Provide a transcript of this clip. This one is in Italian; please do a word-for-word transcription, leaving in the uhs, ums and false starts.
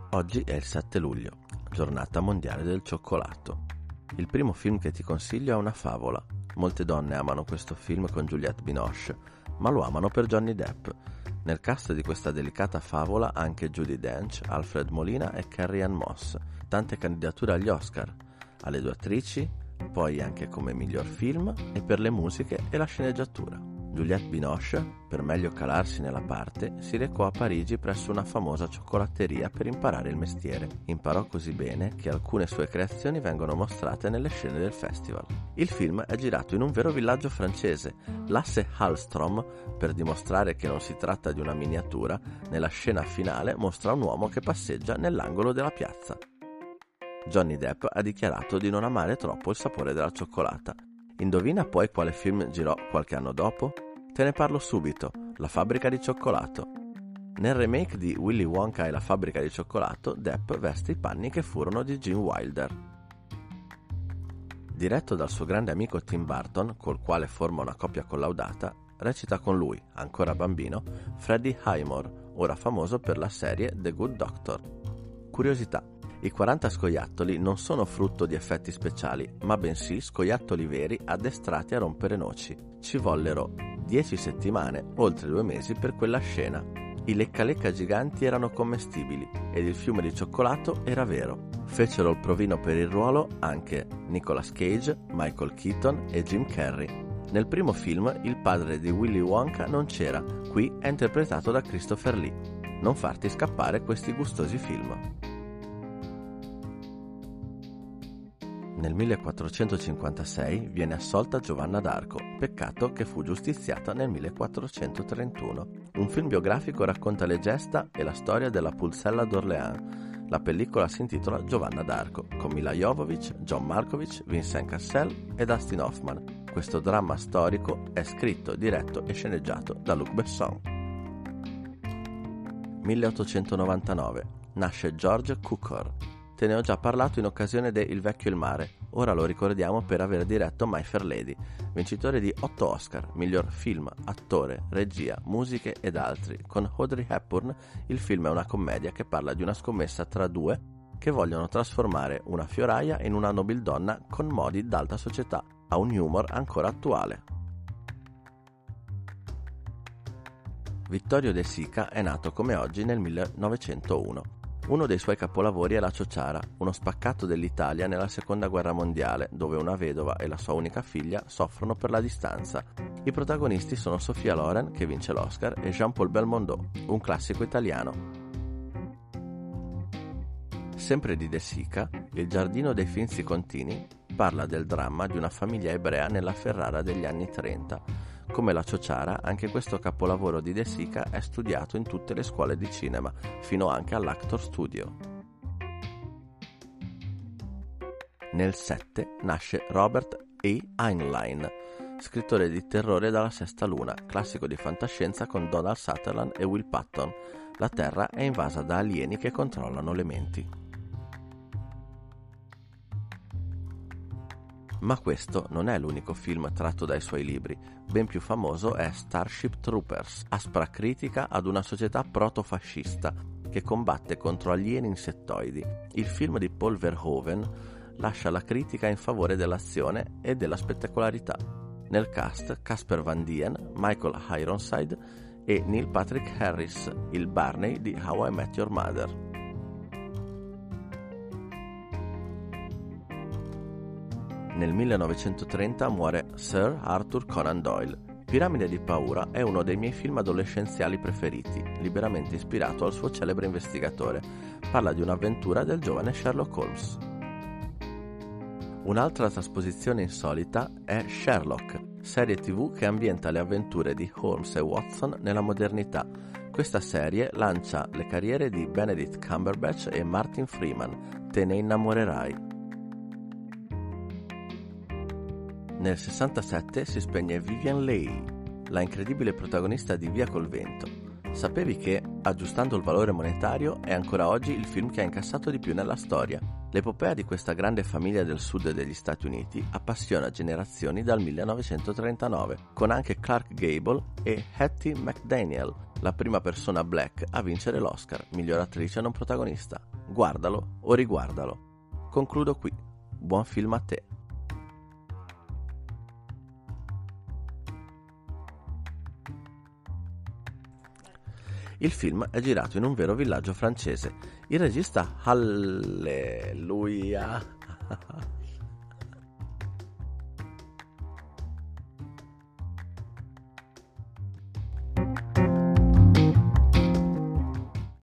Oggi è il sette luglio, giornata mondiale del cioccolato. Il primo film che ti consiglio è una favola. Molte donne amano questo film con Juliette Binoche, ma lo amano per Johnny Depp. Nel cast di questa delicata favola anche Judi Dench, Alfred Molina e Carrie-Anne Moss. Tante candidature agli Oscar, alle due attrici, poi anche come miglior film e per le musiche e la sceneggiatura. Juliette Binoche, per meglio calarsi nella parte, si recò a Parigi presso una famosa cioccolateria per imparare il mestiere. Imparò così bene che alcune sue creazioni vengono mostrate nelle scene del festival. Il film è girato in un vero villaggio francese. L'asse Hallstrom, per dimostrare che non si tratta di una miniatura, nella scena finale mostra un uomo che passeggia nell'angolo della piazza. Johnny Depp ha dichiarato di non amare troppo il sapore della cioccolata. Indovina poi quale film girò qualche anno dopo? Te ne parlo subito, La fabbrica di cioccolato. Nel remake di Willy Wonka e la fabbrica di cioccolato, Depp veste i panni che furono di Gene Wilder. Diretto dal suo grande amico Tim Burton, col quale forma una coppia collaudata, recita con lui, ancora bambino, Freddie Highmore, ora famoso per la serie The Good Doctor. Curiosità: i quaranta scoiattoli non sono frutto di effetti speciali, ma bensì scoiattoli veri addestrati a rompere noci. Ci vollero dieci settimane, oltre due mesi, per quella scena. I lecca-lecca giganti erano commestibili ed il fiume di cioccolato era vero. Fecero il provino per il ruolo anche Nicolas Cage, Michael Keaton e Jim Carrey. Nel primo film il padre di Willy Wonka non c'era, qui è interpretato da Christopher Lee. Non farti scappare questi gustosi film. Nel millequattrocentocinquantasei viene assolta Giovanna d'Arco, peccato che fu giustiziata nel millequattrocentotrentuno. Un film biografico racconta le gesta e la storia della Pulcella d'Orléans. La pellicola si intitola Giovanna d'Arco, con Mila Jovovich, John Malkovich, Vincent Cassel e Dustin Hoffman. Questo dramma storico è scritto, diretto e sceneggiato da Luc Besson. milleottocentonovantanove. Nasce George Cukor. Te ne ho già parlato in occasione de Il vecchio e il mare, ora lo ricordiamo per aver diretto My Fair Lady, vincitore di otto Oscar, miglior film, attore, regia, musiche ed altri. Con Audrey Hepburn il film è una commedia che parla di una scommessa tra due che vogliono trasformare una fioraia in una nobildonna con modi d'alta società. Ha un humor ancora attuale. Vittorio De Sica è nato come oggi nel millenovecentouno. Uno dei suoi capolavori è La ciociara, uno spaccato dell'Italia nella seconda guerra mondiale, dove una vedova e la sua unica figlia soffrono per la distanza. I protagonisti sono Sophia Loren, che vince l'Oscar, e Jean-Paul Belmondo, un classico italiano. Sempre di De Sica, Il giardino dei Finzi Contini parla del dramma di una famiglia ebrea nella Ferrara degli anni trenta. Come La ciociara, anche questo capolavoro di De Sica è studiato in tutte le scuole di cinema, fino anche all'Actor Studio. Nel sette nasce Robert E. Heinlein, scrittore di terrore dalla sesta luna, classico di fantascienza con Donald Sutherland e Will Patton. La Terra è invasa da alieni che controllano le menti. Ma questo non è l'unico film tratto dai suoi libri. Ben più famoso è Starship Troopers, aspra critica ad una società protofascista che combatte contro alieni insettoidi. Il film di Paul Verhoeven lascia la critica in favore dell'azione e della spettacolarità. Nel cast Casper Van Dien, Michael Ironside e Neil Patrick Harris, il Barney di How I Met Your Mother. Nel millenovecentotrenta muore Sir Arthur Conan Doyle. Piramide di paura è uno dei miei film adolescenziali preferiti, liberamente ispirato al suo celebre investigatore. Parla di un'avventura del giovane Sherlock Holmes. Un'altra trasposizione insolita è Sherlock, serie tivù che ambienta le avventure di Holmes e Watson nella modernità. Questa serie lancia le carriere di Benedict Cumberbatch e Martin Freeman. Te ne innamorerai. Nel sessantasette si spegne Vivien Leigh, la incredibile protagonista di Via col vento. Sapevi che, aggiustando il valore monetario, è ancora oggi il film che ha incassato di più nella storia? L'epopea di questa grande famiglia del sud degli Stati Uniti appassiona generazioni dal millenovecentotrentanove, con anche Clark Gable e Hattie McDaniel, la prima persona black a vincere l'Oscar, miglior attrice non protagonista. guardalo o riguardalo. Concludo qui. Buon film a te. Il film è girato in un vero villaggio francese. Il regista Alleluia